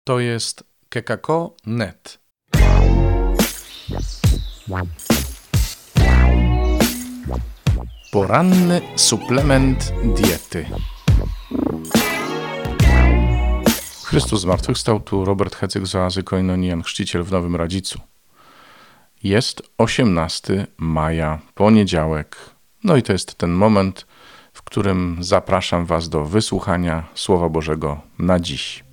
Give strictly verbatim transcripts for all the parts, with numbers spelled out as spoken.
To jest kekako kropka net. Poranny suplement diety. Chrystus zmartwychwstał, tu Robert Hecyk z oazy Koinonian, chrzciciel w Nowym Radzicu. Jest osiemnastego maja, poniedziałek. No i to jest ten moment, w którym zapraszam Was do wysłuchania Słowa Bożego na dziś.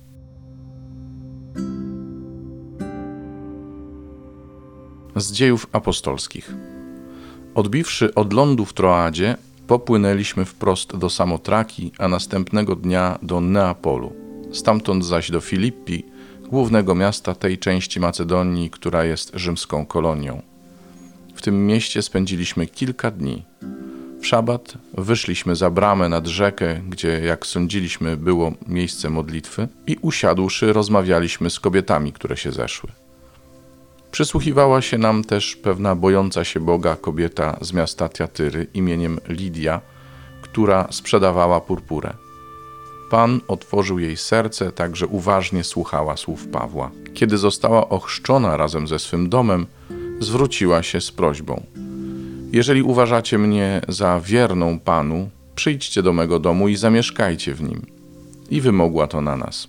Z Dziejów Apostolskich. Odbiwszy od lądu w Troadzie, popłynęliśmy wprost do Samotraki, a następnego dnia do Neapolu, stamtąd zaś do Filippi, głównego miasta tej części Macedonii, która jest rzymską kolonią. W tym mieście spędziliśmy kilka dni. W szabat wyszliśmy za bramę nad rzekę, gdzie, jak sądziliśmy, było miejsce modlitwy, i usiadłszy rozmawialiśmy z kobietami, które się zeszły. Przysłuchiwała się nam też pewna bojąca się Boga kobieta z miasta Tiatyry imieniem Lidia, która sprzedawała purpurę. Pan otworzył jej serce, tak że uważnie słuchała słów Pawła. Kiedy została ochrzczona razem ze swym domem, zwróciła się z prośbą: jeżeli uważacie mnie za wierną Panu, przyjdźcie do mego domu i zamieszkajcie w nim. I wymogła to na nas.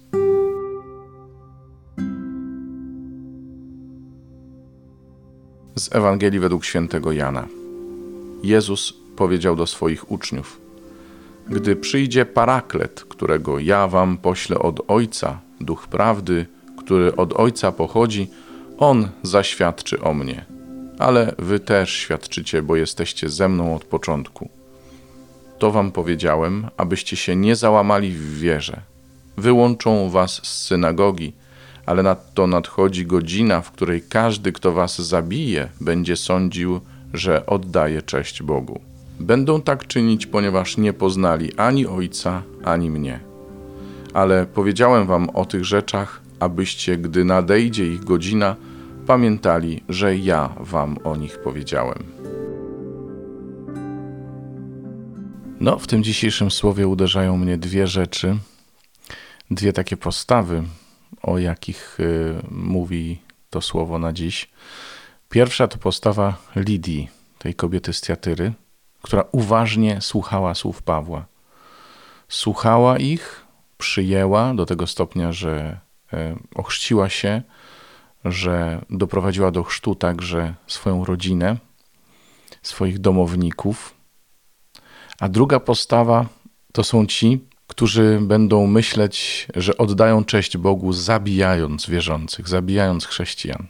Z Ewangelii według świętego Jana. Jezus powiedział do swoich uczniów: gdy przyjdzie Paraklet, którego ja wam poślę od Ojca, Duch Prawdy, który od Ojca pochodzi, On zaświadczy o mnie. Ale wy też świadczycie, bo jesteście ze mną od początku. To wam powiedziałem, abyście się nie załamali w wierze. Wyłączą was z synagogi, ale nadto nadchodzi godzina, w której każdy, kto was zabije, będzie sądził, że oddaje cześć Bogu. Będą tak czynić, ponieważ nie poznali ani Ojca, ani mnie. Ale powiedziałem wam o tych rzeczach, abyście, gdy nadejdzie ich godzina, pamiętali, że ja wam o nich powiedziałem. No, w tym dzisiejszym słowie uderzają mnie dwie rzeczy, dwie takie postawy, o jakich y, mówi to słowo na dziś. Pierwsza to postawa Lidii, tej kobiety z Tiatyry, która uważnie słuchała słów Pawła. Słuchała ich, przyjęła do tego stopnia, że y, ochrzciła się, że doprowadziła do chrztu także swoją rodzinę, swoich domowników. A druga postawa to są ci, którzy będą myśleć, że oddają cześć Bogu, zabijając wierzących, zabijając chrześcijan.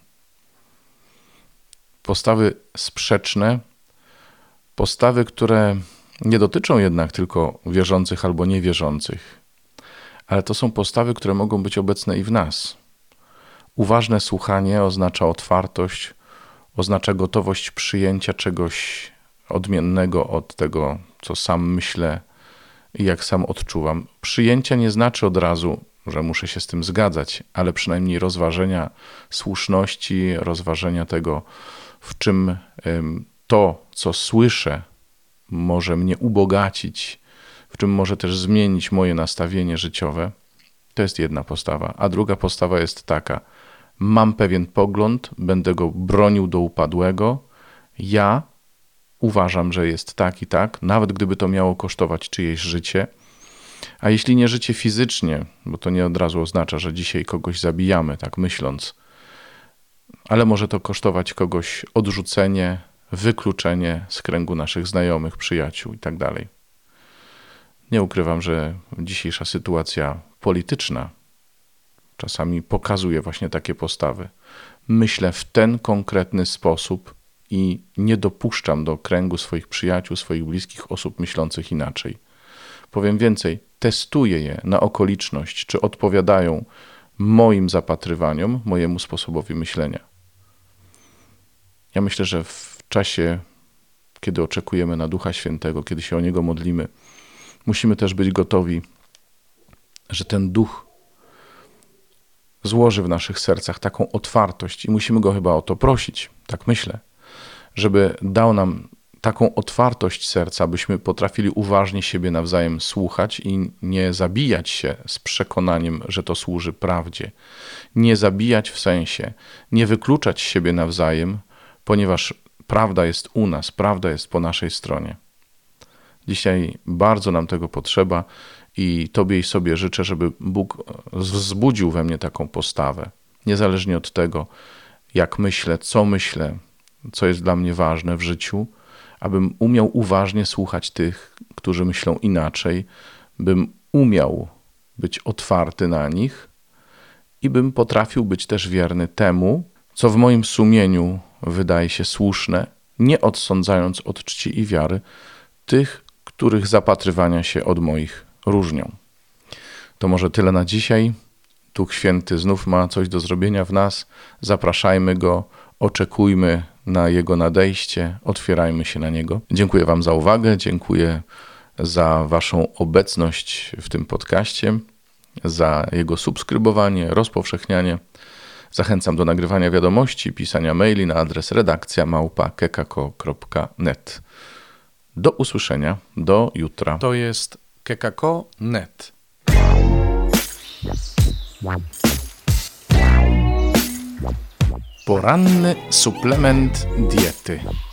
Postawy sprzeczne, postawy, które nie dotyczą jednak tylko wierzących albo niewierzących, ale to są postawy, które mogą być obecne i w nas. Uważne słuchanie oznacza otwartość, oznacza gotowość przyjęcia czegoś odmiennego od tego, co sam myślę i jak sam odczuwam. Przyjęcia nie znaczy od razu, że muszę się z tym zgadzać, ale przynajmniej rozważenia słuszności, rozważenia tego, w czym to, co słyszę, może mnie ubogacić, w czym może też zmienić moje nastawienie życiowe. To jest jedna postawa. A druga postawa jest taka: mam pewien pogląd, będę go bronił do upadłego. Ja uważam, że jest tak i tak, nawet gdyby to miało kosztować czyjeś życie. A jeśli nie życie fizycznie, bo to nie od razu oznacza, że dzisiaj kogoś zabijamy, tak myśląc, ale może to kosztować kogoś odrzucenie, wykluczenie z kręgu naszych znajomych, przyjaciół i tak dalej. Nie ukrywam, że dzisiejsza sytuacja polityczna czasami pokazuje właśnie takie postawy. Myślę w ten konkretny sposób i nie dopuszczam do kręgu swoich przyjaciół, swoich bliskich osób myślących inaczej. Powiem więcej, testuję je na okoliczność, czy odpowiadają moim zapatrywaniom, mojemu sposobowi myślenia. Ja myślę, że w czasie, kiedy oczekujemy na Ducha Świętego, kiedy się o Niego modlimy, musimy też być gotowi, że ten Duch złoży w naszych sercach taką otwartość i musimy Go chyba o to prosić, tak myślę, żeby dał nam taką otwartość serca, byśmy potrafili uważnie siebie nawzajem słuchać i nie zabijać się z przekonaniem, że to służy prawdzie. Nie zabijać w sensie, nie wykluczać siebie nawzajem, ponieważ prawda jest u nas, prawda jest po naszej stronie. Dzisiaj bardzo nam tego potrzeba i Tobie i sobie życzę, żeby Bóg wzbudził we mnie taką postawę. Niezależnie od tego, jak myślę, co myślę, co jest dla mnie ważne w życiu, abym umiał uważnie słuchać tych, którzy myślą inaczej, bym umiał być otwarty na nich i bym potrafił być też wierny temu, co w moim sumieniu wydaje się słuszne, nie odsądzając od czci i wiary tych, których zapatrywania się od moich różnią. To może tyle na dzisiaj. Duch Święty znów ma coś do zrobienia w nas. Zapraszajmy Go, oczekujmy na Jego nadejście, otwierajmy się na Niego. Dziękuję Wam za uwagę, dziękuję za Waszą obecność w tym podcaście, za jego subskrybowanie, rozpowszechnianie. Zachęcam do nagrywania wiadomości, pisania maili na adres redakcja małpa kekako kropka net. Do usłyszenia, do jutra. To jest kekako kropka net. Poranny suplement diety.